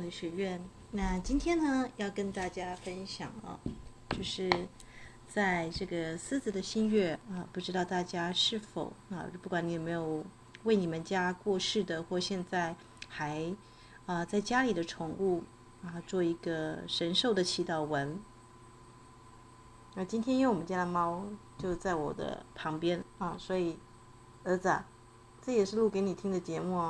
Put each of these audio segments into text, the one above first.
的学院。那今天呢，要跟大家分享就是在这个狮子的新月不知道大家是否不管你有没有为你们家过世的，或现在还在家里的宠物做一个神兽的祈祷文。那今天因为我们家的猫就在我的旁边所以儿子这也是录给你听的节目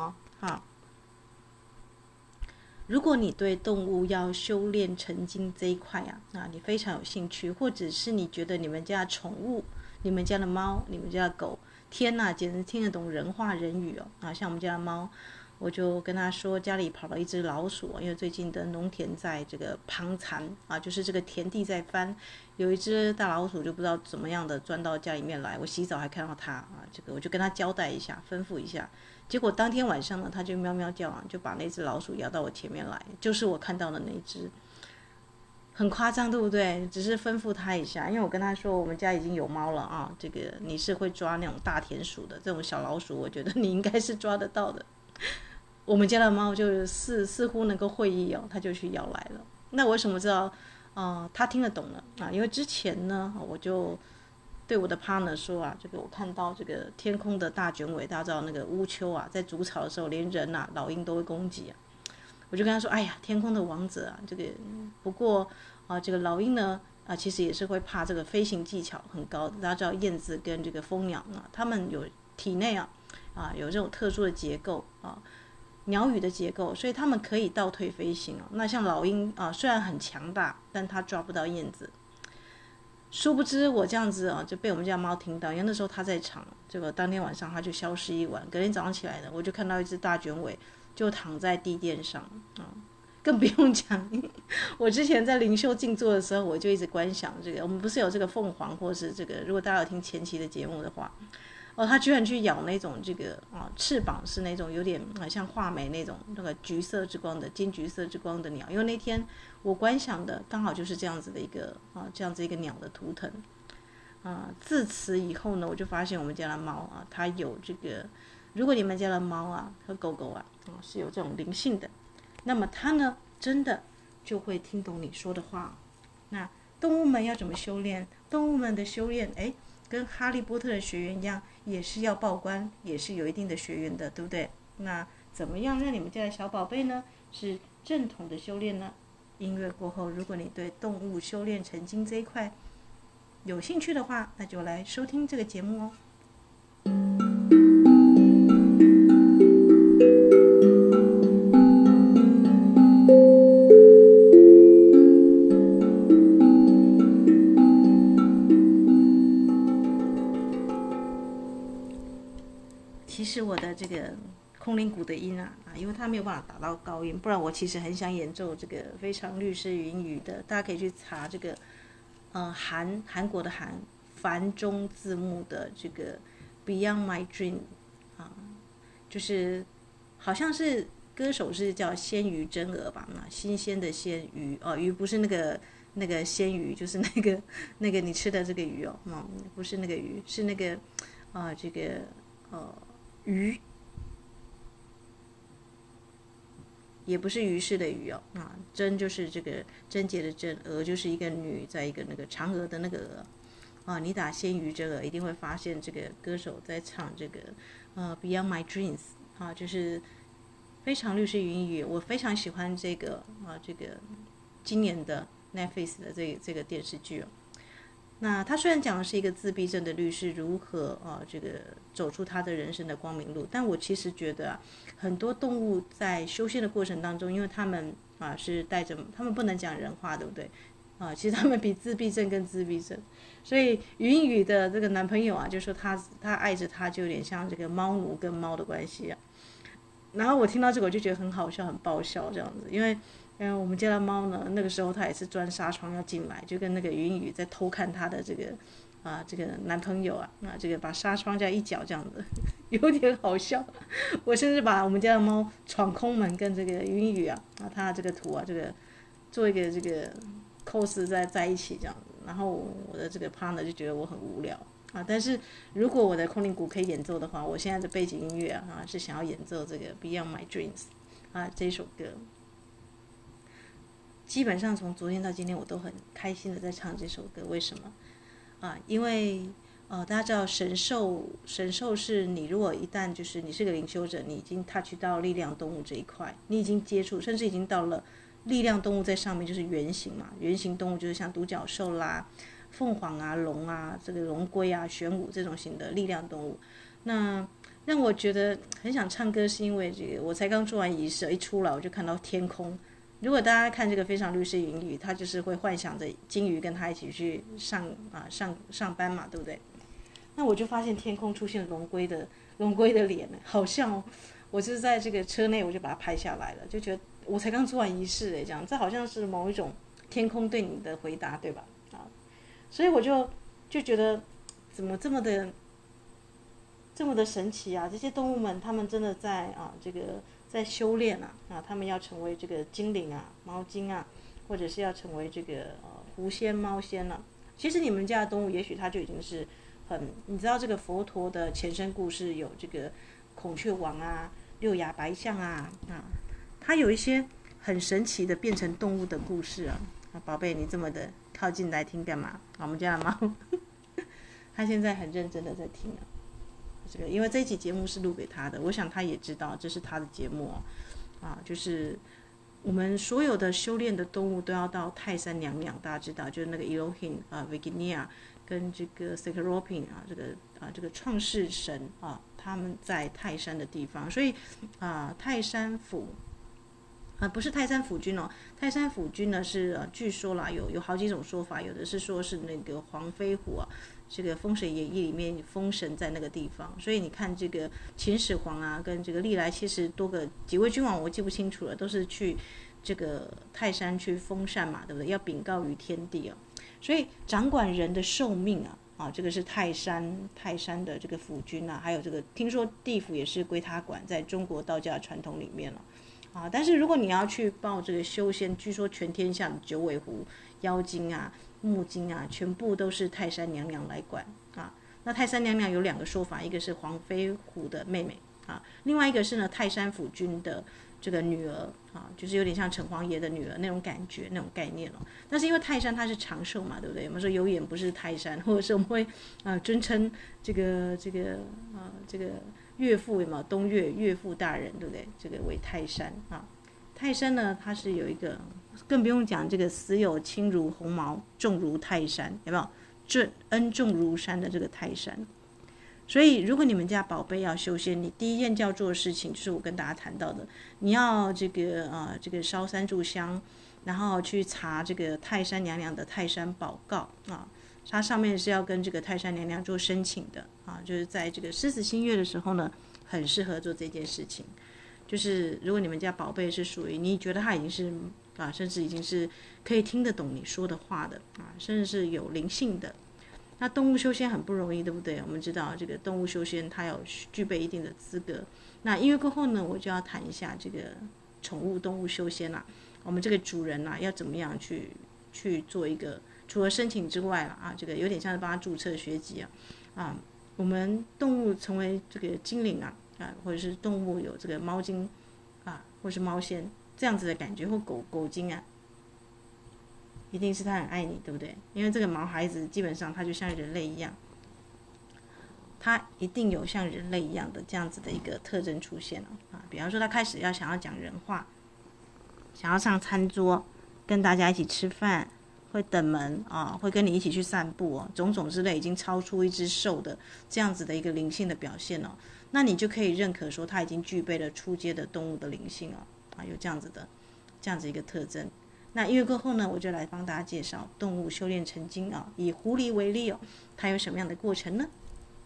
如果你对动物要修炼成精这一块你非常有兴趣，或者是你觉得你们家的宠物，你们家的猫，你们家的狗，天哪，简直听得懂人话人语像我们家的猫，我就跟他说家里跑了一只老鼠因为最近的农田在这个旁残就是这个田地在翻，有一只大老鼠就不知道怎么样的钻到家里面来，我洗澡还看到它这个我就跟他交代一下，吩咐一下，结果当天晚上呢，他就喵喵叫就把那只老鼠摇到我前面来，就是我看到的那只，很夸张对不对？只是吩咐他一下，因为我跟他说我们家已经有猫了这个你是会抓那种大田鼠的，这种小老鼠我觉得你应该是抓得到的。我们家的猫就似乎能够会意它就去咬来了。那我为什么知道他听得懂了因为之前呢我就对我的 partner 说这个我看到这个天空的大卷尾，大家知道那个乌秋在筑巢的时候连人老鹰都会攻击我就跟他说哎呀，天空的王者这个不过这个老鹰呢其实也是会怕这个飞行技巧很高的，大家知道燕子跟这个蜂鸟它们有体内有这种特殊的结构鸟语的结构，所以他们可以倒退飞行那像老鹰虽然很强大，但它抓不到燕子。殊不知我这样子就被我们家猫听到，因为那时候它在场，结果当天晚上它就消失一晚，隔天早上起来呢，我就看到一只大卷尾就躺在地垫上更不用讲我之前在灵修静坐的时候，我就一直观想这个，我们不是有这个凤凰，或是这个如果大家有听前期的节目的话它居然去咬那种这个翅膀是那种有点像画眉那种那个橘色之光的金橘色之光的鸟，因为那天我观想的刚好就是这样子的一个这样子一个鸟的图腾自此以后呢，我就发现我们家的猫它有这个，如果你们家的猫和狗狗是有这种灵性的，那么它呢真的就会听懂你说的话。那动物们要怎么修炼？动物们的修炼跟哈利波特的学员一样，也是要报关，也是有一定的学员的，对不对？那怎么样让你们家的小宝贝呢是正统的修炼呢？音乐过后，如果你对动物修炼成精这一块有兴趣的话，那就来收听这个节目其实我的这个空灵鼓的音因为它没有办法达到高音，不然我其实很想演奏这个非常律师云语的，大家可以去查这个韩国的韩繁中字幕的这个 Beyond My Dream 就是好像是歌手是叫鲜鱼真鹅吧，新鲜的鲜鱼鱼不是那个鲜鱼，就是那个你吃的这个鱼不是那个鱼，是那个这个鱼，也不是鱼氏的鱼贞就是这个贞洁的贞，鹅就是一个女在一个那个嫦娥的那个鹅你打鲜鱼这个一定会发现这个歌手在唱这个Beyond My Dreams 就是非常律师云语，我非常喜欢这个这个今年的 Netflix 的这个电视剧那他虽然讲的是一个自闭症的律师如何这个走出他的人生的光明路，但我其实觉得很多动物在修仙的过程当中，因为他们是带着他们不能讲人话，对不对其实他们比自闭症更自闭症，所以云雨的这个男朋友就说他爱着他就有点像这个猫奴跟猫的关系然后我听到这个我就觉得很好笑很爆笑这样子，因为我们家的猫呢，那个时候它也是钻纱窗要进来，就跟那个云雨在偷看他的这个男朋友这个把纱窗这样一角这样子，有点好笑。我甚至把我们家的猫闯空门跟这个云雨它这个图这个做一个这个 cos 在一起这样子，然后我的这个 partner 就觉得我很无聊但是如果我的空灵鼓可以演奏的话，我现在的背景音乐是想要演奏这个 Beyond My Dreams 这一首歌。 基本上从昨天到今天，我都很开心的在唱这首歌。为什么啊？因为大家知道神兽是你如果一旦就是你是个灵修者，你已经 touch 到力量动物这一块，你已经接触，甚至已经到了力量动物在上面，就是原型嘛。原型动物就是像独角兽啦、凤凰啊、龙啊、这个龙龟啊、玄武这种型的力量动物。那让我觉得很想唱歌，是因为这个我才刚做完仪式，一出来我就看到天空。如果大家看这个《非常律师云语》，他就是会幻想着金鱼跟他一起去上班嘛，对不对？那我就发现天空出现龙龟的脸，好像我就是在这个车内，我就把它拍下来了，就觉得我才刚做完仪式这样，这好像是某一种天空对你的回答，对吧？所以我就觉得怎么这么的神奇啊！这些动物们，他们真的在这个在修炼他们要成为这个精灵啊、猫精啊，或者是要成为这个狐仙、猫仙了。其实你们家的动物，也许它就已经是你知道这个佛陀的前身故事有这个孔雀王啊、六牙白象它有一些很神奇的变成动物的故事啊。宝贝，你这么的靠近来听干嘛？我们家的猫，它现在很认真的在听啊。这个因为这一期节目是录给他的，我想他也知道这是他的节目就是我们所有的修炼的动物都要到泰山娘娘，大家知道，就是那个 Elohim Virginia 跟这个 Sacropin 这个创世神他们在泰山的地方，所以泰山府不是泰山府君泰山府君呢是据说啦有好几种说法，有的是说是那个黄飞虎这个风水演义里面封神在那个地方，所以你看这个秦始皇跟这个历来70多个几位君王我记不清楚了，都是去这个泰山去封禅嘛，对不对？要禀告于天地所以掌管人的寿命这个是泰山的这个府君还有这个听说地府也是归他管，在中国道家传统里面但是如果你要去报这个修仙，据说全天下的九尾狐、妖精木精全部都是泰山娘娘来管那泰山娘娘有2个说法，一个是黄飞虎的妹妹另外一个是呢泰山府君的这个女儿就是有点像城隍爷的女儿那种感觉那种概念但是因为泰山它是长寿嘛，对不对？我们说有眼不是泰山，或者是我们会尊称这个岳父有没有东岳父大人，对不对？这个为泰山泰山呢，它是有一个，更不用讲这个死有轻如鸿毛，重如泰山，有没有？恩重如山的这个泰山。所以，如果你们家宝贝要修仙，你第一件要做的事情，就是我跟大家谈到的，你要这个烧3炷香，然后去查这个泰山娘娘的泰山宝告它上面是要跟这个泰山娘娘做申请的就是在这个狮子星月的时候呢，很适合做这件事情。就是如果你们家宝贝是属于你觉得他已经是甚至已经是可以听得懂你说的话的甚至是有灵性的，那动物修仙很不容易，对不对？我们知道这个动物修仙它要具备一定的资格。那音乐过后呢，我就要谈一下这个宠物动物修仙我们这个主人要怎么样去做一个，除了申请之外这个有点像是帮他注册学籍我们动物成为这个精灵或者是动物有这个猫精或是猫仙这样子的感觉，或狗精一定是他很爱你，对不对？因为这个毛孩子基本上他就像人类一样，他一定有像人类一样的这样子的一个特征出现比方说他开始想要讲人话，想要上餐桌跟大家一起吃饭，会等门会跟你一起去散步种种之类，已经超出一只兽的这样子的一个灵性的表现那你就可以认可说他已经具备了初阶的动物的灵性有这样子一个特征。那音乐过后呢，我就来帮大家介绍动物修炼成精以狐狸为例它有什么样的过程呢？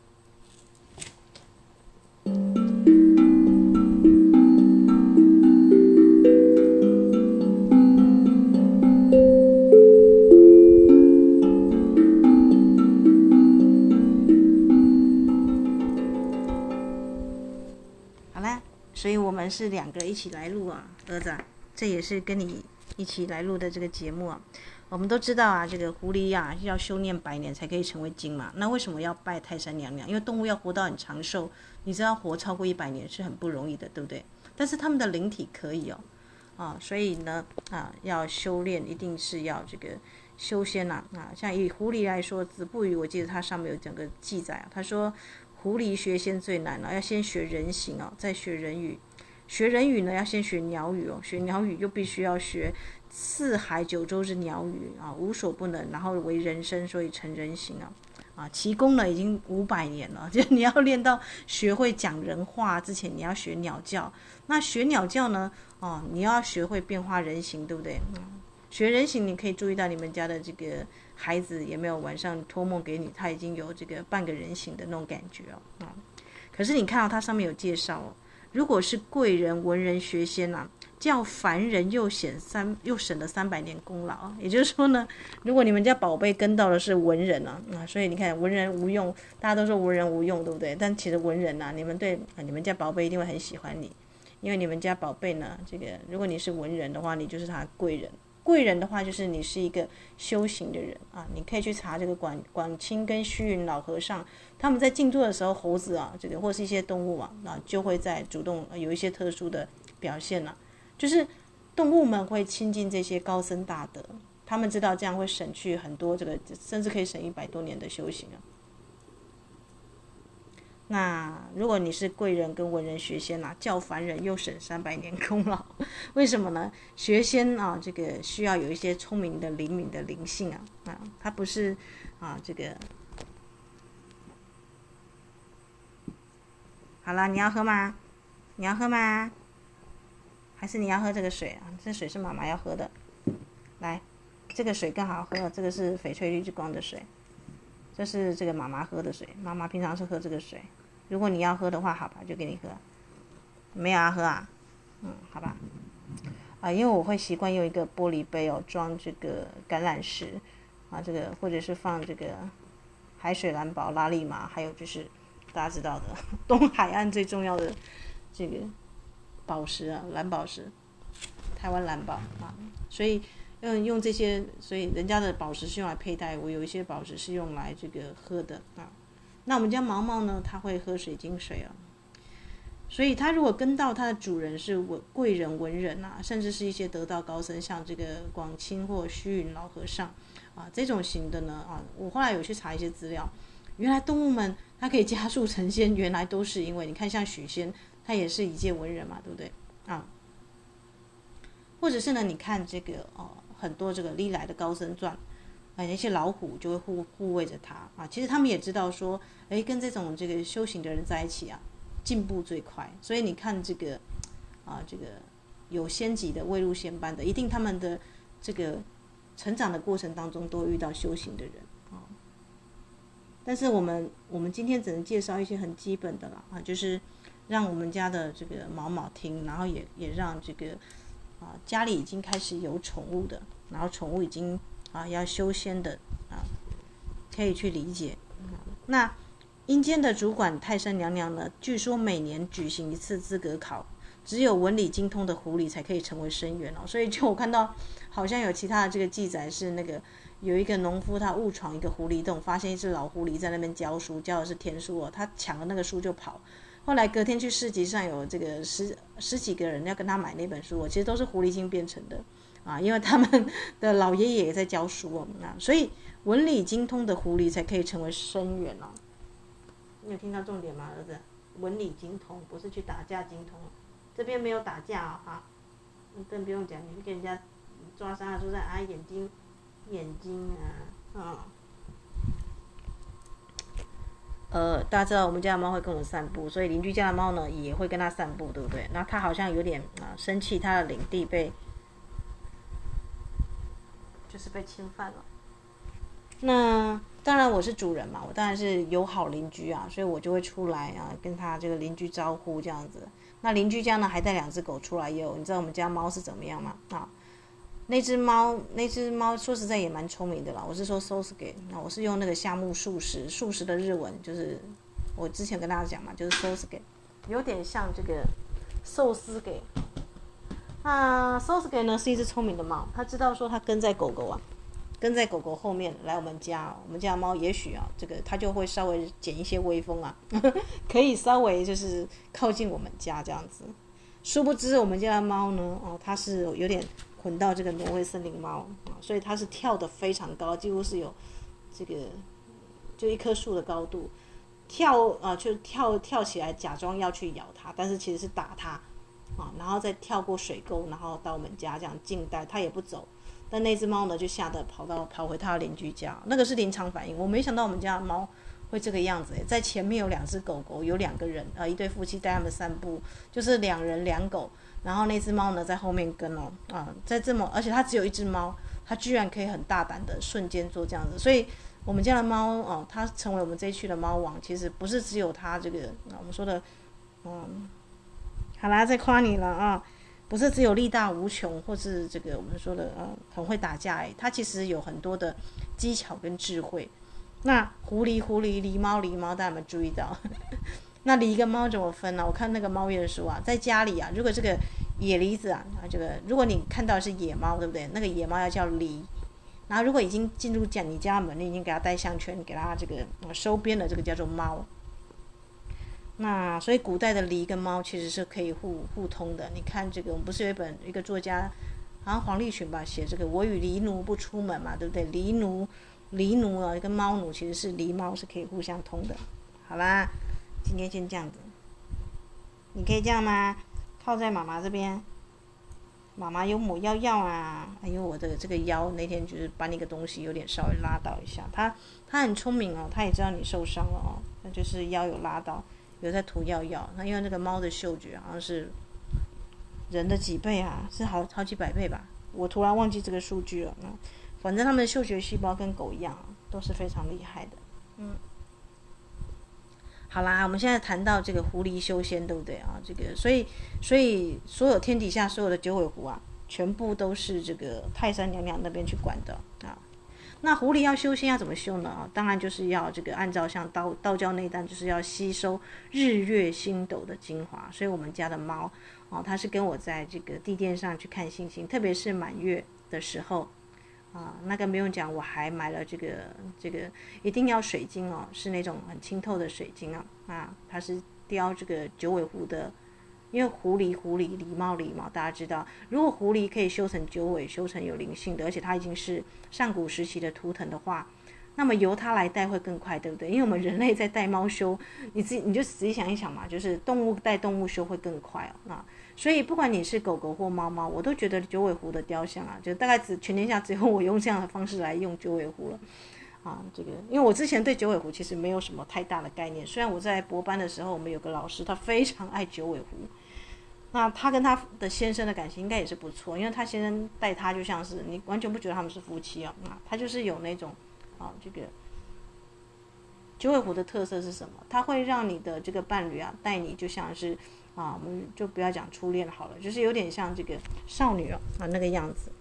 所以我们是2个一起来录儿子这也是跟你一起来录的这个节目我们都知道这个狐狸要修炼100年才可以成为精嘛。那为什么要拜泰山娘娘？因为动物要活到很长寿，你知道活超过100年是很不容易的，对不对？但是他们的灵体可以所以呢要修炼，一定是要这个修仙像以狐狸来说，子不语我记得它上面有整个记载他说狐狸学仙最难要先学人形再学人语。学人语呢，要先学鸟语学鸟语又必须要学四海九州之鸟语无所不能，然后为人身，所以成人形奇功呢已经500年了，就你要练到学会讲人话之前，你要学鸟叫。那学鸟叫呢，你要学会变化人形，对不对？学人形，你可以注意到你们家的这个孩子有没有晚上托梦给你，他已经有这个半个人形的那种感觉可是你看到它上面有介绍如果是贵人文人学仙叫凡人又省了300年功劳也就是说呢，如果你们家宝贝跟到的是文人所以你看文人无用，大家都说文人无用，对不对？但其实文人你们对你们家宝贝一定会很喜欢你，因为你们家宝贝呢，这个如果你是文人的话，你就是他的贵人。贵人的话，就是你是一个修行的人你可以去查这个广清跟虚云老和尚，他们在静坐的时候，猴子这个或是一些动物就会在主动有一些特殊的表现就是动物们会亲近这些高僧大德，他们知道这样会省去很多这个，甚至可以省100多年的修行那如果你是贵人跟文人学仙叫凡人又省300年功劳，为什么呢？学仙这个需要有一些聪明的灵敏的灵性它不是这个。好啦，你要喝吗？你要喝吗？还是你要喝这个水这水是妈妈要喝的。来，这个水更好喝这个是翡翠绿之光的水，这是这个妈妈喝的水，妈妈平常是喝这个水。如果你要喝的话，好吧，就给你喝。没有要喝好吧。因为我会习惯用一个玻璃杯装这个橄榄石这个或者是放这个海水蓝宝、拉力玛，还有就是大家知道的东海岸最重要的这个宝石蓝宝石，台湾蓝宝所以用这些，所以人家的宝石是用来佩戴，我有一些宝石是用来这个喝的那我们家毛毛呢，它会喝水晶水所以它如果跟到它的主人是贵人文人甚至是一些得道高僧，像这个广清或虚云老和尚这种型的呢我后来有去查一些资料，原来动物们它可以加速成仙，原来都是因为你看像许仙，他也是一介文人嘛，对不对或者是呢，你看这个很多这个历来的高僧传那些老虎就会护卫着他其实他们也知道说跟这种这个修行的人在一起进步最快，所以你看这个这个有仙级的未入仙班的，一定他们的这个成长的过程当中都遇到修行的人但是我们今天只能介绍一些很基本的啦就是让我们家的这个毛毛听，然后也让这个家里已经开始有宠物的，然后宠物已经要修仙的可以去理解那阴间的主管太上娘娘呢，据说每年举行一次资格考，只有文理精通的狐狸才可以成为生员所以就我看到好像有其他的这个记载是那个有一个农夫他误闯一个狐狸洞，发现一只老狐狸在那边教书，教的是天书他抢了那个书就跑，后来隔天去市集上有这个十几个人要跟他买那本书其实都是狐狸精变成的因为他们的老爷爷也在教书所以文理精通的狐狸才可以成为生员你有听到重点吗，儿子？文理精通不是去打架精通，这边没有打架你更不用讲，你去跟人家抓伤了，说在眼睛大家知道我们家的猫会跟我散步，所以邻居家的猫呢也会跟它散步，对不对？那它好像有点生气，它的领地就是被侵犯了。那当然我是主人嘛，我当然是友好邻居所以我就会出来跟他这个邻居招呼这样子。那邻居家呢还带2只狗出来也有，你知道我们家猫是怎么样吗？那只猫说实在也蛮聪明的啦，我是说 Sosuke， 我是用那个夏目漱石的日文，就是我之前跟大家讲嘛，就是 Sosuke， 有点像这个寿司给。那 Sosuke 呢是一只聪明的猫，它知道说它跟在狗狗后面来我们家我们家的猫也许这个它就会稍微减一些威风可以稍微就是靠近我们家这样子。 殊不知我们家的猫呢，它是有点混到这个挪威森林猫所以它是跳得非常高，几乎是有这个就一棵树的高度，就跳起来假装要去咬它，但是其实是打它然后再跳过水沟，然后到我们家这样静待，它也不走。但那只猫呢就吓得跑回它的邻居家，那个是临场反应。我没想到我们家的猫会这个样子在前面有2只狗狗，有2个人一对夫妻带他们散步，就是2人2狗，然后那只猫呢在后面跟而且它只有1只猫，它居然可以很大胆的瞬间做这样子，所以我们家的猫它成为我们这一区的猫王，其实不是只有它这个我们说的好啦，再夸你了不是只有力大无穷，或是这个我们说的很会打架它其实有很多的技巧跟智慧。那狐狸、狸猫、大家有没有注意到？那狸跟猫怎么分呢？我看那个猫院书在家里如果这个野狸子这个如果你看到的是野猫，对不对？那个野猫要叫狸。然后如果已经进入你家门，你已经给它戴项圈，给它这个收编的，这个叫做猫。那所以古代的狸跟猫其实是可以互通的。你看这个，我们不是有一个作家，好像黄立群吧，写这个我与狸奴不出门嘛，对不对？狸奴跟猫奴其实是狸猫是可以互相通的。好啦，今天先这样子，你可以这样吗？靠在妈妈这边，妈妈有抹药因为我的这个腰那天就是搬一个东西有点稍微拉到一下，他很聪明他也知道你受伤了那就是腰有拉到。有在涂药，那因为那个猫的嗅觉好像是人的几倍是好几百倍吧，我突然忘记这个数据了反正他们的嗅觉细胞跟狗一样都是非常厉害的好啦，我们现在谈到这个狐狸修仙，对不对这个所以所有天底下所有的九尾狐全部都是这个泰山娘娘那边去管的那狐狸要修仙要怎么修呢当然就是要这个按照像道教内丹，就是要吸收日月星斗的精华。所以我们家的猫它是跟我在这个地垫上去看星星，特别是满月的时候那个不用讲，我还买了这个一定要水晶是那种很清透的水晶它是雕这个九尾狐的。因为狐狸、狸猫，大家知道，如果狐狸可以修成九尾，修成有灵性的，而且它已经是上古时期的图腾的话，那么由它来带会更快，对不对？因为我们人类在带猫修，你就仔细想一想嘛，就是动物带动物修会更快所以不管你是狗狗或猫猫，我都觉得九尾狐的雕像就大概全天下只有我用这样的方式来用九尾狐了。这个因为我之前对九尾狐其实没有什么太大的概念，虽然我在博班的时候，我们有个老师他非常爱九尾狐，那他跟他的先生的感情应该也是不错，因为他先生带他就像是你完全不觉得他们是夫妻他就是有那种这个九尾狐的特色是什么？他会让你的这个伴侣带你就像是我们就不要讲初恋好了，就是有点像这个少女那个样子。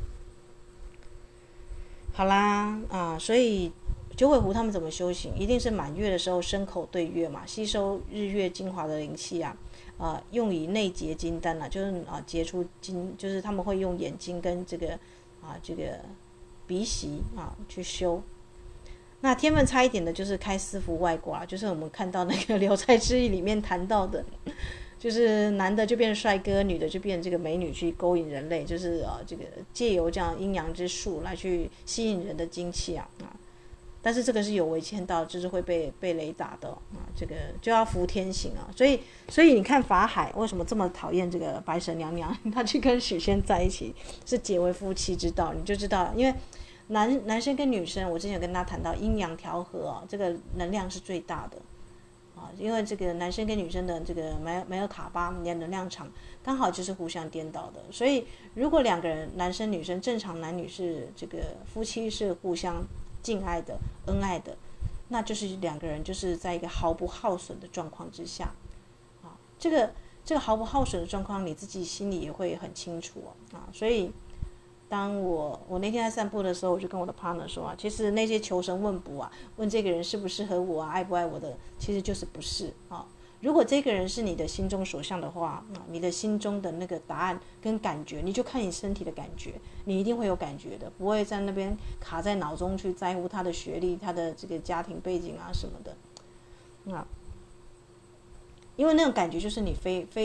好啦所以九尾狐他们怎么修行？一定是满月的时候牲口对月嘛，吸收日月精华的灵气用以内结金丹就是结出金，就是他们会用眼睛跟这个鼻息去修。那天分差一点的就是开私服外挂，就是我们看到那个《聊斋志异》里面谈到的，就是男的就变帅哥，女的就变这个美女去勾引人类，就是这个借由这样阴阳之术来去吸引人的精气但是这个是有违天道，就是会被雷打的这个就要服天刑所以你看法海为什么这么讨厌这个白蛇娘娘，他去跟许仙在一起是结为夫妻之道，你就知道，因为男生跟女生，我之前有跟他谈到阴阳调和这个能量是最大的因为这个男生跟女生的这个没有卡巴你的能量场刚好就是互相颠倒的，所以如果2个人男生女生正常男女是这个夫妻是互相敬爱的恩爱的，那就是2个人就是在一个毫不耗损的状况之下这个毫不耗损的状况你自己心里也会很清楚所以当我那天在散步的时候，我就跟我的 partner 说其实那些求神问卜问这个人适不适合我爱不爱我的，其实就是不是如果这个人是你的心中所向的话你的心中的那个答案跟感觉，你就看你身体的感觉，你一定会有感觉的，不会在那边卡在脑中去在乎他的学历、他的这个家庭背景什么的因为那种感觉就是你非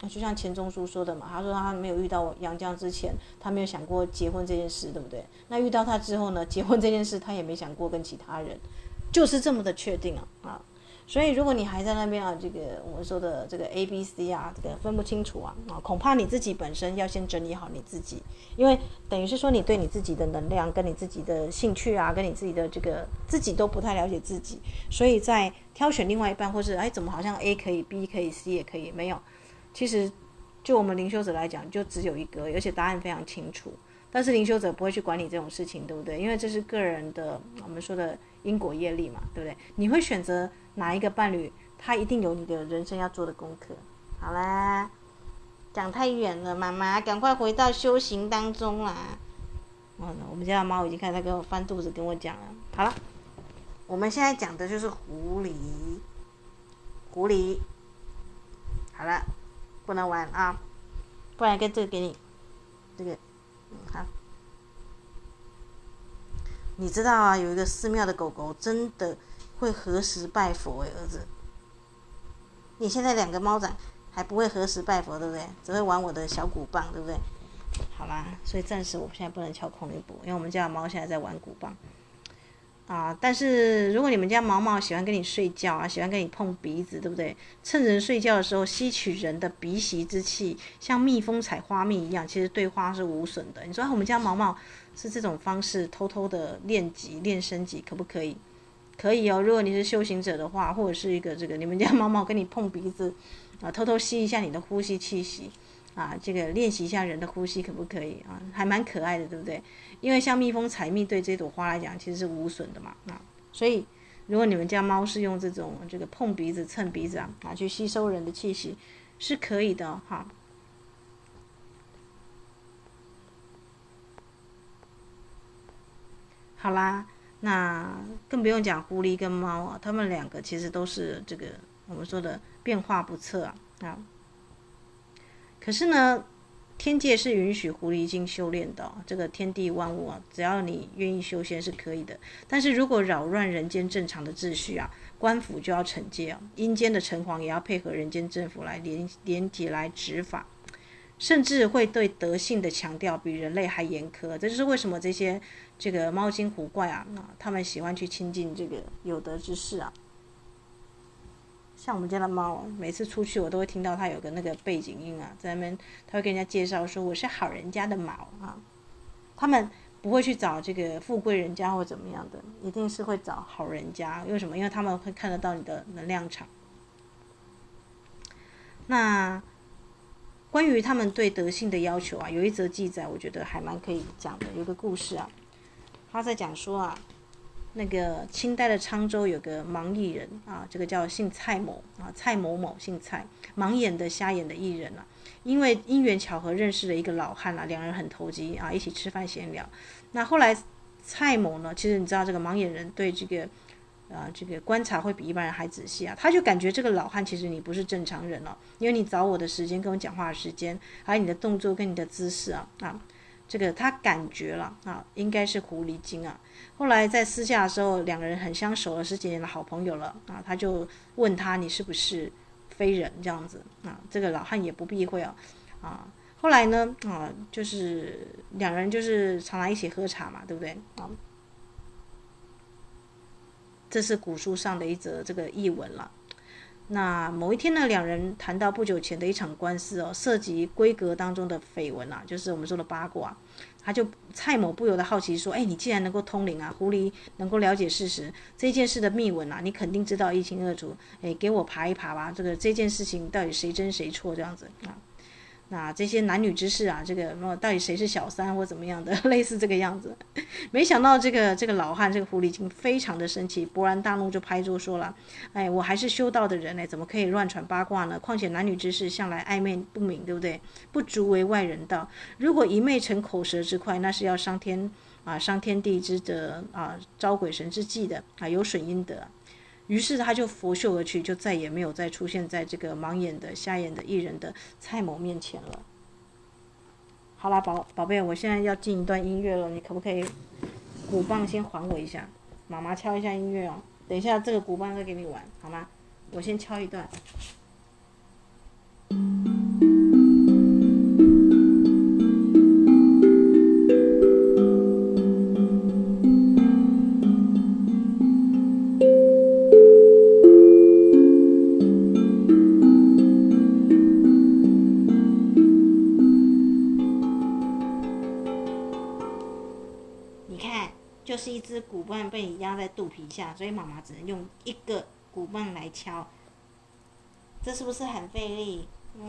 就像钱钟书说的嘛，他说他没有遇到杨绛之前，他没有想过结婚这件事，对不对？那遇到他之后呢，结婚这件事他也没想过跟其他人，就是这么的确定啊。所以如果你还在那边啊，这个我们说的这个 ABC 啊，这个分不清楚啊，恐怕你自己本身要先整理好你自己，因为等于是说你对你自己的能量跟你自己的兴趣啊，跟你自己的这个自己都不太了解自己，所以在挑选另外一半，或是怎么好像 A 可以 B 可以 C 也可以，没有，其实就我们灵修者来讲，就只有一个，而且答案非常清楚。但是灵修者不会去管理这种事情，对不对？因为这是个人的我们说的因果业力嘛，对不对？你会选择哪一个伴侣，他一定有你的人生要做的功课。好啦，讲太远了，妈妈赶快回到修行当中啦。我们家的猫已经开始在跟我翻肚子跟我讲了。好了，我们现在讲的就是狐狸。狐狸，好了，不能玩啊，不然跟这个给你，这个，好。你知道啊，有一个寺庙的狗狗真的会合十拜佛儿子。你现在2个猫掌还不会合十拜佛，对不对？只会玩我的小鼓棒，对不对？好啦，所以暂时我现在不能敲空力钵，因为我们家的猫现在在玩鼓棒啊。但是如果你们家毛毛喜欢跟你睡觉啊，喜欢跟你碰鼻子，对不对？趁人睡觉的时候吸取人的鼻息之气，像蜜蜂采花蜜一样，其实对花是无损的。你说我们家毛毛是这种方式偷偷的练级练升级，可不可以？可以哦。如果你是修行者的话，或者是一个这个你们家毛毛跟你碰鼻子啊，偷偷吸一下你的呼吸气息啊，这个练习一下人的呼吸可不可以啊？还蛮可爱的，对不对？因为像蜜蜂采蜜对这朵花来讲其实是无损的嘛啊，所以如果你们家猫是用这种这个碰鼻子蹭鼻子啊去吸收人的气息是可以的哈。好啦，那更不用讲狐狸跟猫啊，它们2个其实都是这个我们说的变化不测啊。可是呢，天界是允许狐狸精修炼的这个天地万物啊，只要你愿意修仙是可以的。但是如果扰乱人间正常的秩序啊，官府就要惩戒啊，阴间的城隍也要配合人间政府来连结来执法，甚至会对德性的强调比人类还严苛。这就是为什么这些这个猫精狐怪啊，他们喜欢去亲近这个有德之士啊。像我们家的猫，每次出去我都会听到它有个那个背景音啊，在那边它会跟人家介绍说我是好人家的猫啊。他们不会去找这个富贵人家或怎么样的，一定是会找好人家。为什么？因为他们会看得到你的能量场。那关于他们对德性的要求啊，有一则记载，我觉得还蛮可以讲的。有个故事啊，他在讲说啊，那个清代的沧州有个盲艺人啊，这个叫姓蔡某啊，蔡某某姓蔡，盲眼的瞎眼的艺人啊，因为因缘巧合认识了一个老汉啊，2人很投机啊，一起吃饭闲聊。那后来蔡某呢，其实你知道这个盲眼人对这个这个观察会比一般人还仔细啊，他就感觉这个老汉其实你不是正常人哦，因为你找我的时间跟我讲话的时间，还有你的动作跟你的姿势啊，这个他感觉了啊，应该是狐狸精啊。后来在私下的时候，2个人很相熟了10几年的好朋友了啊，他就问他你是不是非人这样子啊，这个老汉也不避讳啊。后来呢就是2人就是常来一起喝茶嘛，对不对啊？这是古书上的一则这个译文了。那某一天呢，2人谈到不久前的一场官司哦，涉及闺阁当中的绯闻啊，就是我们说的八卦。他就蔡某不由得好奇说：“你既然能够通灵啊，狐狸能够了解事实，这件事的秘闻啊，你肯定知道一清二楚。给我爬一爬吧，这件事情到底谁真谁错这样子啊？那这些男女之事啊，这个到底谁是小三或怎么样的，类似这个样子。没想到这个老汉这个狐狸精非常的生气，勃然大怒，就拍桌说了：我还是修道的人怎么可以乱传八卦呢？况且男女之事向来暧昧不明，对不对？不足为外人道。如果一昧成口舌之快，那是要伤天地之德招鬼神之忌的有损阴德。于是他就拂袖而去，就再也没有再出现在这个盲眼的瞎眼的艺人的蔡某面前了。好啦，宝贝，我现在要进一段音乐了，你可不可以鼓棒先还我一下？妈妈敲一下音乐哦，等一下这个鼓棒再给你玩，好吗？我先敲一段。 鼓棒被你压在肚皮下，所以妈妈只能用一个鼓棒来敲，这是不是很费力？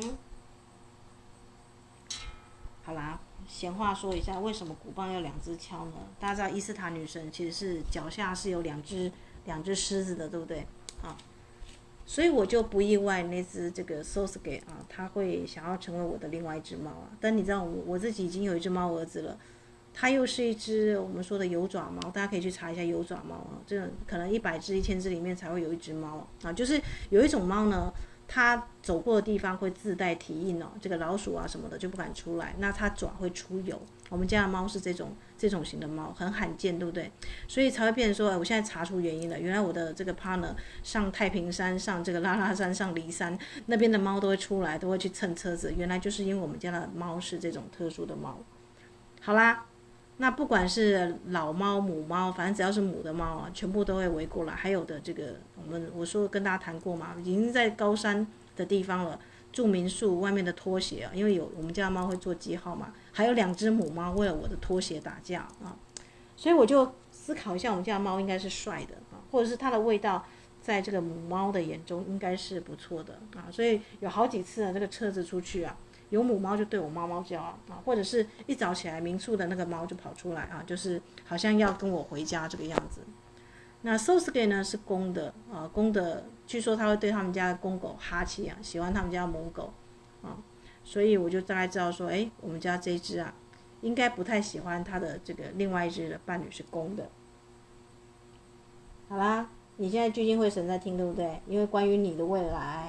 好啦，闲话说一下，为什么鼓棒要2只敲呢？大家知道伊斯塔女神其实是脚下是有两只狮子的，对不对？所以我就不意外那只这个 Sosuke 他会想要成为我的另外一只猫啊。但你知道我自己已经有一只猫儿子了，它又是一只我们说的有爪猫，大家可以去查一下有爪猫啊，这种可能100只1000只里面才会有一只猫啊。就是有一种猫呢，它走过的地方会自带蹄印这个老鼠啊什么的就不敢出来，那它爪会出油。我们家的猫是这种型的猫，很罕见，对不对？所以才会变成说，我现在查出原因了，原来我的这个 partner 上太平山、上这个拉拉山、上骊山那边的猫都会出来，都会去蹭车子，原来就是因为我们家的猫是这种特殊的猫。好啦，那不管是老猫、母猫，反正只要是母的猫全部都会围过来。还有的这个我说跟大家谈过嘛，已经在高山的地方了。住民宿外面的拖鞋因为我们家的猫会做记号嘛，还有2只母猫为了我的拖鞋打架所以我就思考一下，我们家的猫应该是帅的或者是它的味道在这个母猫的眼中应该是不错的所以有好几次这个车子出去有母猫就对我猫猫叫或者是一早起来民宿的那个猫就跑出来就是好像要跟我回家这个样子。那 Sosuke 呢是公的公的据说他会对他们家的公狗哈气喜欢他们家的母狗所以我就大概知道说，我们家这一只应该不太喜欢他的这个另外一只的伴侣是公的。好啦，你现在聚精会神在听，对不对？因为关于你的未来，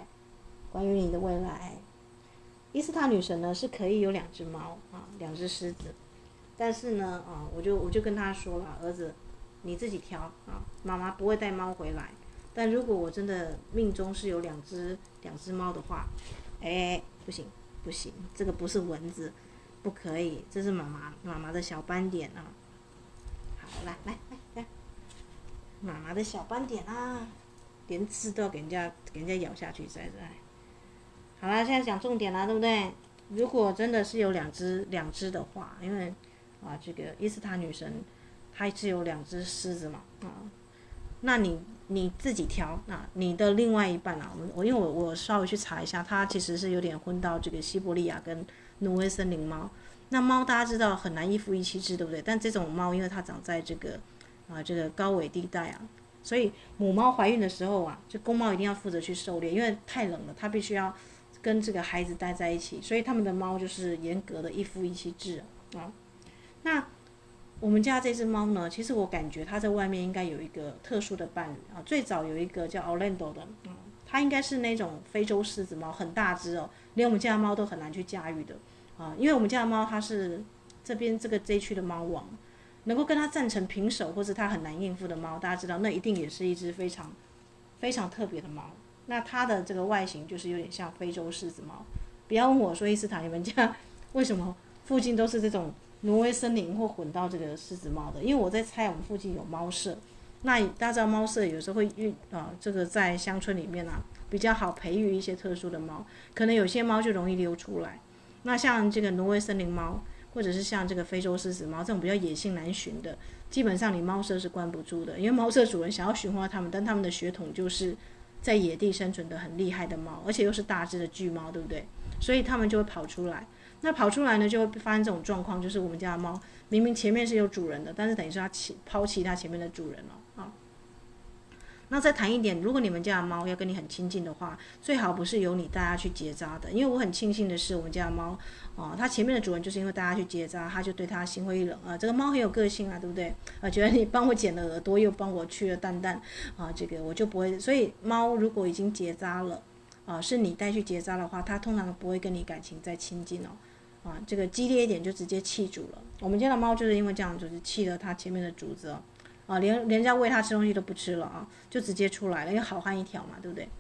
伊斯塔女神呢是可以有2只猫2只狮子，但是呢我就跟他说了，儿子你自己挑妈妈不会带猫回来。但如果我真的命中是有2只猫的话，不行，这个不是蚊子，不可以，这是妈妈的小斑点好，来，妈妈的小斑点连刺都要给人家咬下去，在。好啦，现在讲重点啦，对不对？如果真的是有两只的话，因为这个伊斯塔女神她是有2只狮子嘛那你自己挑你的另外一半因为我稍微去查一下，它其实是有点混到这个西伯利亚跟挪威森林猫。那猫大家知道很难一夫一妻制，对不对？但这种猫因为它长在这个高纬地带所以母猫怀孕的时候这公猫一定要负责去狩猎，因为太冷了，它必须要跟这个孩子待在一起，所以他们的猫就是严格的一夫一妻制那我们家这只猫呢，其实我感觉它在外面应该有一个特殊的伴侣最早有一个叫 Orlando 的它应该是那种非洲狮子猫，很大只连我们家的猫都很难去驾驭的因为我们家的猫它是这边这一区的猫王，能够跟它战成平手或者它很难应付的猫，大家知道那一定也是一只非常非常特别的猫。那它的这个外形就是有点像非洲狮子猫。不要问我说伊斯塔你们家为什么附近都是这种挪威森林或混到这个狮子猫的，因为我在猜我们附近有猫舍。那大家知道猫舍有时候会这个在乡村里面比较好培育一些特殊的猫，可能有些猫就容易溜出来。那像这个挪威森林猫或者是像这个非洲狮子猫这种比较野性难寻的，基本上你猫舍是关不住的，因为猫舍主人想要驯化它们，但它们的血统就是在野地生存的很厉害的猫，而且又是大只的巨猫，对不对？所以它们就会跑出来。那跑出来呢，就会发生这种状况，就是我们家的猫明明前面是有主人的，但是等于是它抛弃它前面的主人了那再谈一点，如果你们家的猫要跟你很亲近的话，最好不是由你带它去结扎的，因为我很庆幸的是，我们家的猫它前面的主人就是因为带它去结扎，它就对它心灰意冷这个猫很有个性对不对觉得你帮我剪了耳朵，又帮我去了蛋蛋这个我就不会。所以猫如果已经结扎了是你带去结扎的话，它通常不会跟你感情再亲近这个激烈一点就直接弃主了。我们家的猫就是因为这样，就是弃了它前面的主子连人家喂它吃东西都不吃了就直接出来了，因为好汉一条嘛，对不对？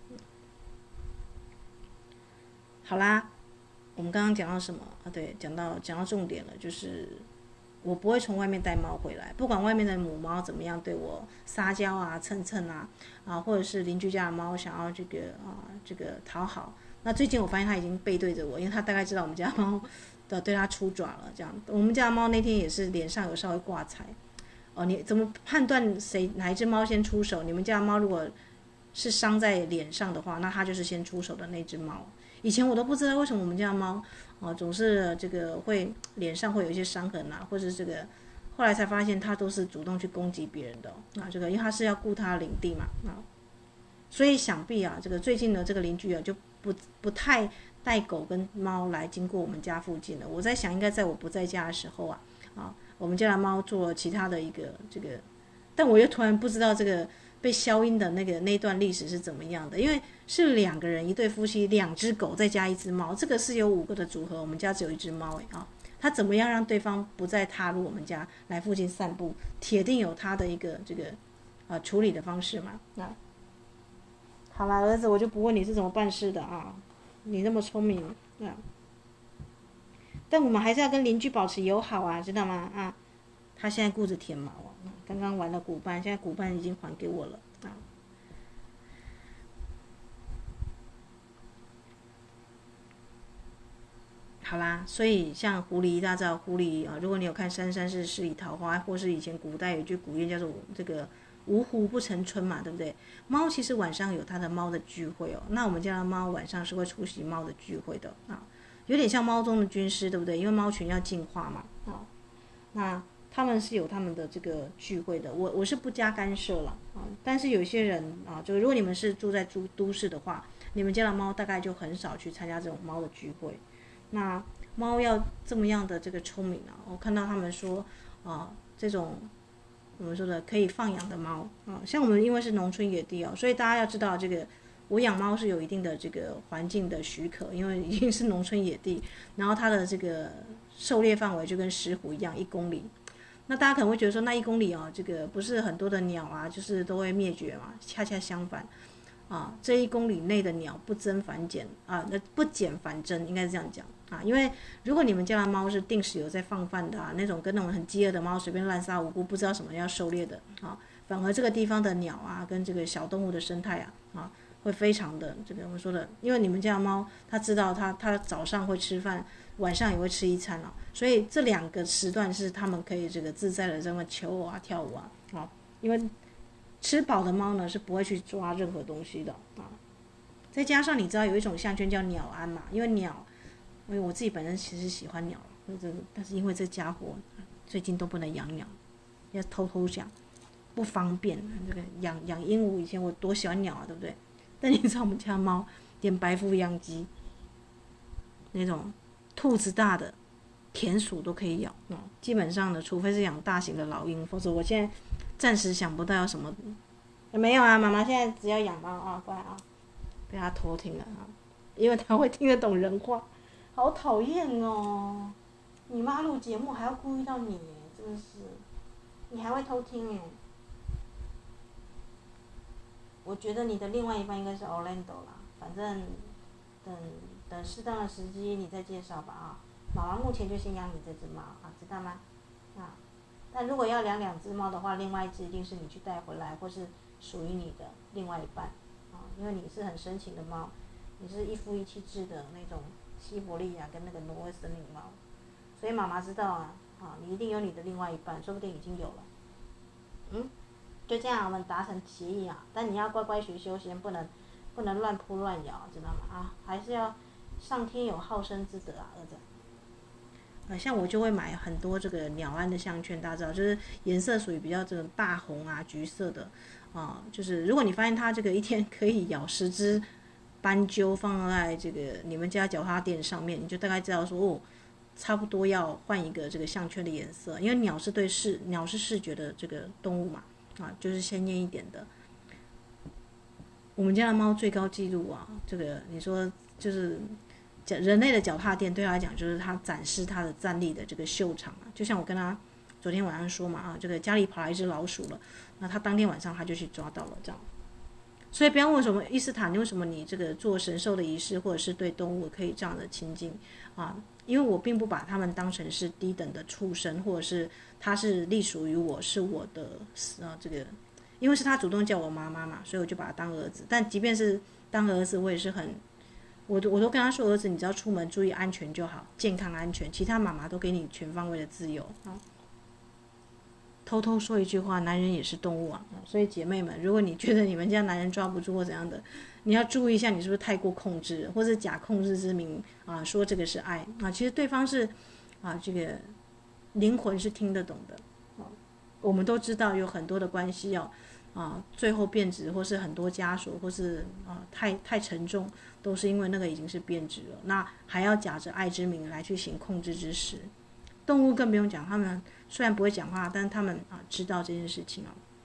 好啦，我们刚刚讲到什么对，讲到重点了，就是我不会从外面带猫回来，不管外面的母猫怎么样对我撒娇蹭蹭或者是邻居家的猫想要这个讨好。那最近我发现它已经背对着我，因为它大概知道我们家猫对它出爪了这样。我们家的猫那天也是脸上有稍微挂彩你怎么判断哪一只猫先出手？你们家的猫如果是伤在脸上的话，那它就是先出手的那只猫。以前我都不知道为什么我们家的猫总是这个会脸上会有一些伤痕啊，或者这个，后来才发现它都是主动去攻击别人的这个因为它是要顾它的领地嘛所以想必这个最近的这个邻居就不太带狗跟猫来经过我们家附近了。我在想，应该在我不在家的时候我们家的猫做了其他的一个这个，但我又突然不知道这个被消音的那段历史是怎么样的，因为是2个人一对夫妻，2只狗再加1只猫，这个是有5个的组合，我们家只有1只猫他怎么样让对方不再踏入我们家来附近散步，铁定有他的一个这个处理的方式嘛。好啦，儿子，我就不问你是怎么办事的你那么聪明但我们还是要跟邻居保持友好知道吗他现在顾着舔毛刚刚玩了骨斑，现在骨斑已经还给我了好啦，所以像狐狸，大家知道狐狸如果你有看《山是十里桃花》，或是以前古代有一句古谚叫做这个芜湖不成村嘛，对不对？猫其实晚上有它的猫的聚会那我们家的猫晚上是会出席猫的聚会的有点像猫中的军师，对不对？因为猫群要进化嘛那他们是有他们的这个聚会的，我是不加干涉了但是有些人就如果你们是住在都市的话，你们家的猫大概就很少去参加这种猫的聚会。那猫要这么样的这个聪明我看到他们说这种我们说的可以放养的猫像我们因为是农村野地所以大家要知道这个我养猫是有一定的这个环境的许可，因为已经是农村野地，然后它的这个狩猎范围就跟石虎一样1公里。那大家可能会觉得说，那1公里这个不是很多的鸟就是都会灭绝嘛？恰恰相反这1公里内的鸟不增反减那不减反增，应该是这样讲因为如果你们家的猫是定时有在放饭的那种跟那种很饥饿的猫随便滥杀无辜，不知道什么要狩猎的反而这个地方的鸟跟这个小动物的生态会非常的这个我们说的，因为你们家的猫它知道它早上会吃饭，晚上也会吃1餐所以这2个时段是他们可以这个自在的这么求偶跳舞因为吃饱的猫呢是不会去抓任何东西的再加上你知道有一种项圈叫鸟胺嘛，因为我自己本身其实喜欢鸟但是因为这家伙最近都不能养鸟，要偷偷养不方便这个养鹦鹉，以前我多喜欢鸟对不对？但你知道我们家的猫连白腹秧鸡那种兔子大的田鼠都可以咬基本上呢除非是养大型的老鹰，否则我现在暂时想不到有什么没有妈妈现在只要养猫不然被他偷听了因为他会听得懂人话，好讨厌你妈录节目还要顾虑到你真的是，你还会偷听我觉得你的另外一半应该是 Orlando 啦，反正等适当的时机你再介绍吧妈妈目前就先养你这只猫知道吗但如果要养2只猫的话，另外1只一定是你去带回来，或是属于你的另外一半因为你是很深情的猫，你是一夫一妻制的那种西伯利亚跟那个挪威森林猫，所以妈妈知道你一定有你的另外一半，说不定已经有了就这样我们达成协议但你要乖乖学修仙，不能乱扑乱咬知道吗还是要上天有好生之德儿子像我就会买很多这个鸟胺的项圈，大家知道就是颜色属于比较这种大红橘色的就是如果你发现它这个一天可以咬10只斑鸠放在这个你们家脚踏垫上面，你就大概知道说差不多要换一个这个项圈的颜色，因为鸟是视觉的这个动物嘛就是鲜艳一点的。我们家的猫最高纪录这个你说就是人类的脚踏垫对他来讲就是他展示他的战力的这个秀场就像我跟他昨天晚上说嘛这个家里跑来1只老鼠了，那他当天晚上他就去抓到了这样。所以不要问什么伊斯坦为什么你这个做神兽的仪式或者是对动物可以这样的亲近因为我并不把他们当成是低等的畜生，或者是他是隶属于我，是我的这个，因为是他主动叫我妈妈嘛，所以我就把他当儿子。但即便是当儿子，我也是我都跟他说，儿子，你只要出门注意安全就好，健康安全，其他妈妈都给你全方位的自由偷偷说一句话，男人也是动物啊。所以姐妹们，如果你觉得你们家男人抓不住或怎样的，你要注意一下，你是不是太过控制，或者假控制之名啊，说这个是爱啊，其实对方是啊，这个灵魂是听得懂的啊。我们都知道有很多的关系最后变质，或是很多枷锁，或是太沉重，都是因为那个已经是变质了。那还要假着爱之名来去行控制之实。动物更不用讲，他们虽然不会讲话，但是他们知道这件事情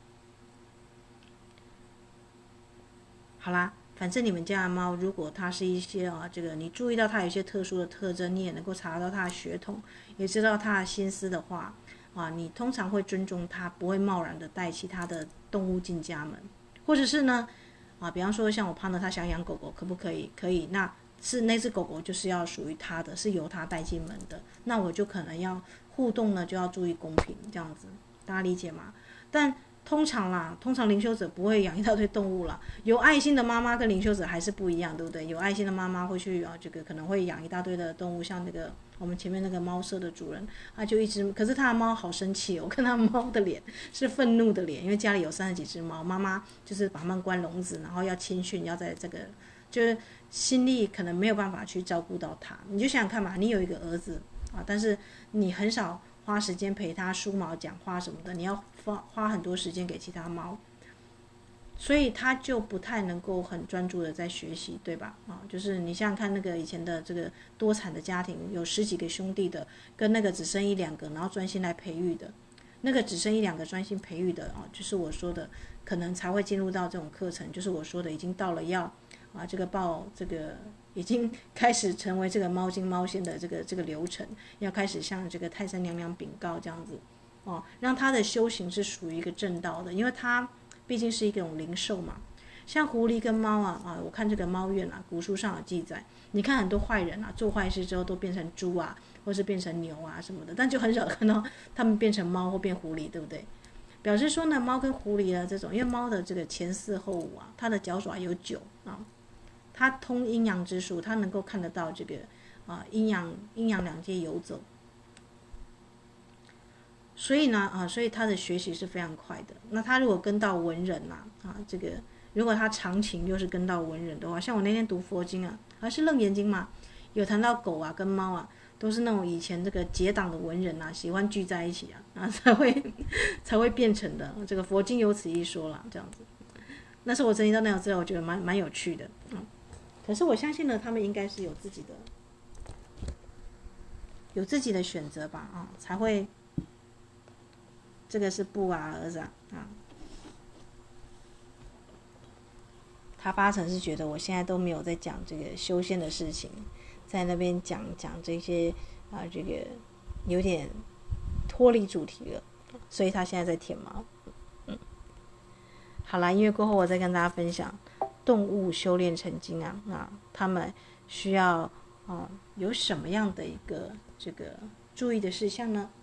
好啦，反正你们家的猫，如果它是一些这个你注意到它有一些特殊的特征，你也能够查到它的血统，也知道它的心思的话你通常会尊重它，不会贸然的带其他的动物进家门，或者是呢比方说像我胖的他想养狗狗，可不可以？可以，那只狗狗就是要属于他的，是由他带进门的，那我就可能要互动呢，就要注意公平，这样子大家理解吗？但通常灵修者不会养一大堆动物啦，有爱心的妈妈跟灵修者还是不一样，对不对？有爱心的妈妈会去这个可能会养一大堆的动物，像那个我们前面那个猫舍的主人，就一直，可是他的猫好生气我看他猫的脸是愤怒的脸，因为家里有30几只猫，妈妈就是把它们关笼子，然后要亲训，要在这个就是心力可能没有办法去照顾到它。你就想想看嘛，你有一个儿子但是你很少花时间陪他梳毛讲话什么的，你要花很多时间给其他猫，所以他就不太能够很专注的在学习，对吧？就是你想想看，那个以前的这个多产的家庭，有10几个兄弟的，跟那个只生1、2个，然后专心来培育的，那个只生1、2个专心培育的就是我说的，可能才会进入到这种课程，就是我说的已经到了要这个报这个已经开始成为这个猫精猫仙的这个流程，要开始向这个泰山娘娘禀告这样子让他的修行是属于一个正道的，因为他毕竟是一种灵兽嘛。像狐狸跟猫我看这个猫院古书上有记载，你看很多坏人做坏事之后都变成猪或是变成牛什么的，但就很少看到他们变成猫或变狐狸，对不对？表示说呢，猫跟狐狸这种，因为猫的这个前4后5它的脚爪有9它通阴阳之术，它能够看得到这个阴阳两界游走，所以呢所以他的学习是非常快的。那他如果跟到文人这个如果他常情又是跟到文人的话，像我那天读佛经是楞严经嘛，有谈到狗跟猫都是那种以前这个结党的文人喜欢聚在一起才会变成的。这个佛经有此一说啦，这样子。那是我整理到那种资料，我觉得蛮有趣的可是我相信呢，他们应该是有自己的选择吧才会。这个是布儿子他8成是觉得我现在都没有在讲这个修仙的事情，在那边讲这些这个有点脱离主题了，所以他现在在舔毛。好啦，音乐过后我再跟大家分享动物修炼成精他们需要有什么样的一个这个注意的事项呢？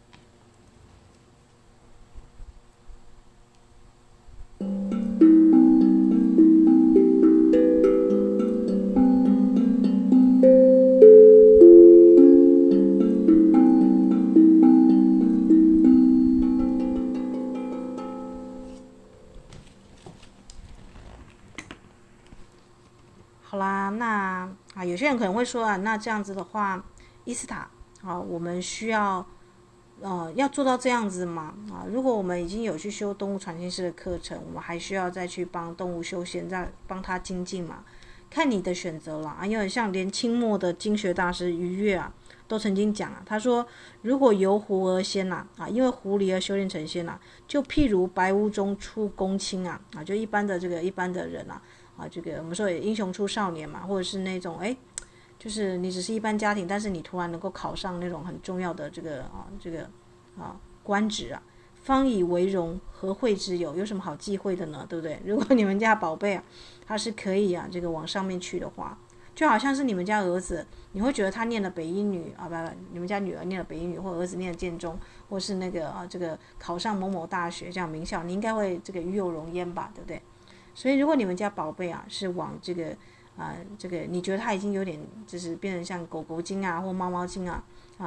好啦，那有些人可能会说那这样子的话，伊斯塔我们需要要做到这样子吗？如果我们已经有去修动物传心师的课程，我们还需要再去帮动物修仙，再帮他精进嘛？看你的选择啦因为像连清末的经学大师于越都曾经讲他说，如果由狐而仙因为狐狸而修炼成仙就譬如白屋中出公卿就一般的人这个我们说英雄出少年嘛，或者是那种就是你只是一般家庭，但是你突然能够考上那种很重要的这个官职方以为荣，何讳之有？有什么好忌讳的呢？对不对？如果你们家宝贝他是可以这个往上面去的话，就好像是你们家儿子，你会觉得他念了北一女你们家女儿念了北一女，或儿子念了建中，或是那个这个考上某某大学这样名校，你应该会这个与有荣焉吧，对不对？所以如果你们家宝贝是往这个这个你觉得他已经有点就是变成像狗狗精或猫猫精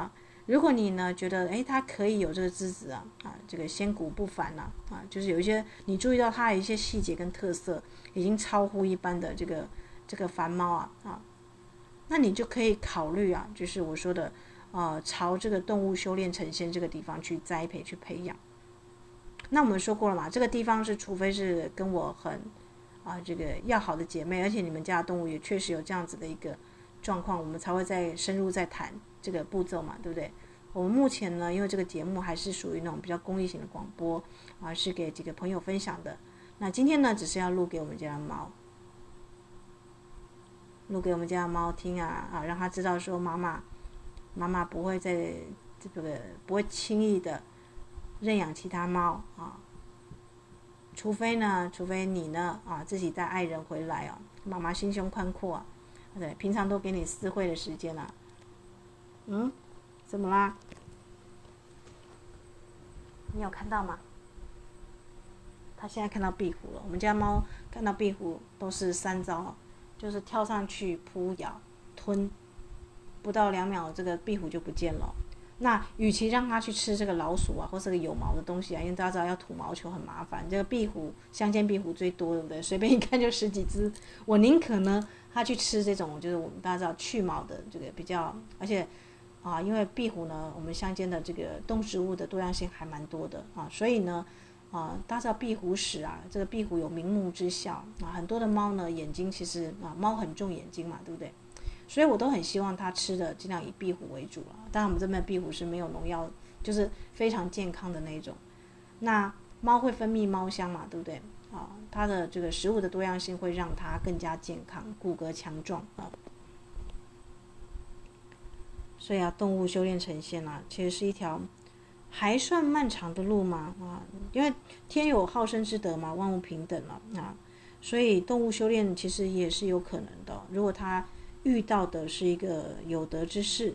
如果你呢觉得它可以有这个资质这个仙骨不凡就是有一些你注意到它的一些细节跟特色已经超乎一般的这个凡猫那你就可以考虑就是我说的朝这个动物修炼成仙这个地方去栽培去培养。那我们说过了嘛，这个地方是除非是跟我很这个要好的姐妹，而且你们家的动物也确实有这样子的一个状况，我们才会再深入再谈这个步骤嘛，对不对？我们目前呢，因为这个节目还是属于那种比较公益型的广播是给几个朋友分享的。那今天呢，只是要录给我们家的猫，录给我们家的猫听让它知道说妈妈不会在这个不会轻易的认养其他猫除非你呢自己带爱人回来妈妈心胸宽阔对，平常都给你私会的时间怎么啦？你有看到吗？他现在看到壁虎了。我们家猫看到壁虎都是3招，就是跳上去扑咬吞，不到2秒这个壁虎就不见了。那与其让它去吃这个老鼠或是个有毛的东西因为大家知道要吐毛球很麻烦，这个壁虎乡间壁虎最多，对不对？随便一看就10几只，我宁可呢它去吃这种就是我们大家知道去毛的这个比较，而且因为壁虎呢我们乡间的这个动植物的多样性还蛮多的所以呢大家知道壁虎史这个壁虎有明目之效很多的猫呢眼睛其实猫很重眼睛嘛，对不对？所以我都很希望它吃的尽量以壁虎为主当然我们这边的壁虎是没有农药，就是非常健康的那一种。那猫会分泌猫香嘛，对不对它的这个食物的多样性会让它更加健康，骨骼强壮所以动物修炼成仙其实是一条还算漫长的路嘛因为天有好生之德嘛，万物平等所以动物修炼其实也是有可能的如果它遇到的是一个有德之士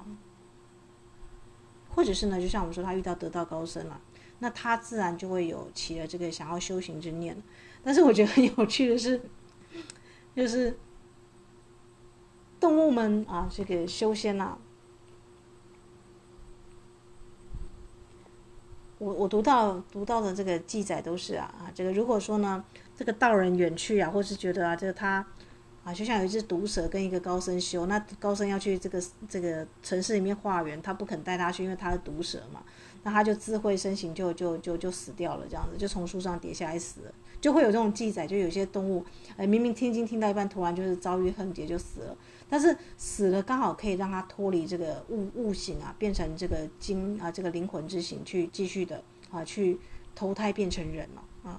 或者是呢就像我们说他遇到得道高僧那他自然就会有起了这个想要修行之念。但是我觉得很有趣的是就是动物们这个修仙我读到的这个记载都是这个如果说呢这个道人远去或是觉得这个他就像有一只毒蛇跟一个高僧修，那高僧要去这个城市里面化缘，他不肯带他去，因为他是毒蛇嘛，那他就智慧身形就死掉了，这样子就从树上跌下来死了，就会有这种记载，就有些动物明明听经听到一半，突然就是遭遇横劫就死了，但是死了刚好可以让他脱离这个物形变成这个这个灵魂之形，去继续的去投胎变成人了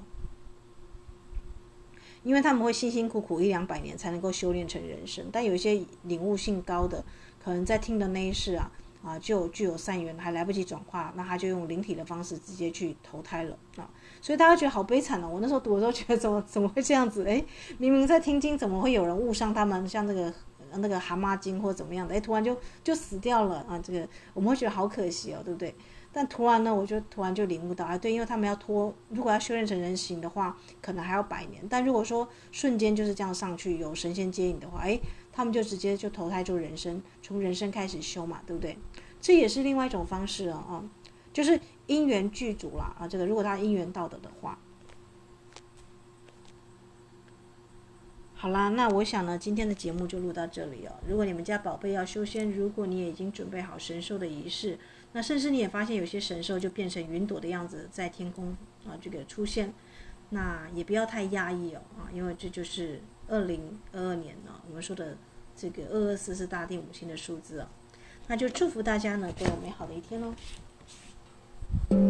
因为他们会辛辛苦苦100-200年才能够修炼成人身，但有一些领悟性高的，可能在听的那一世就具有善缘，还来不及转化，那他就用灵体的方式直接去投胎了所以大家觉得好悲惨我那时候读的时候觉得怎么会这样子？明明在听经，怎么会有人误伤他们？像那个蛤蟆精或怎么样的，突然就死掉了这个我们会觉得好可惜对不对？但突然呢，我就突然就领悟到对，因为他们如果要修炼成人形的话，可能还要100年。但如果说瞬间就是这样上去，有神仙接引的话，他们就直接就投胎做人身，从人身开始修嘛，对不对？这也是另外一种方式就是因缘具足啦这个如果他因缘道德的话。好啦，那我想呢，今天的节目就录到这里如果你们家宝贝要修仙，如果你也已经准备好神兽的仪式，那甚至你也发现有些神兽就变成云朵的样子在天空这个出现，那也不要太压抑因为这就是2022年我们说的这个224是大地母亲的数字那就祝福大家呢都有美好的一天咯。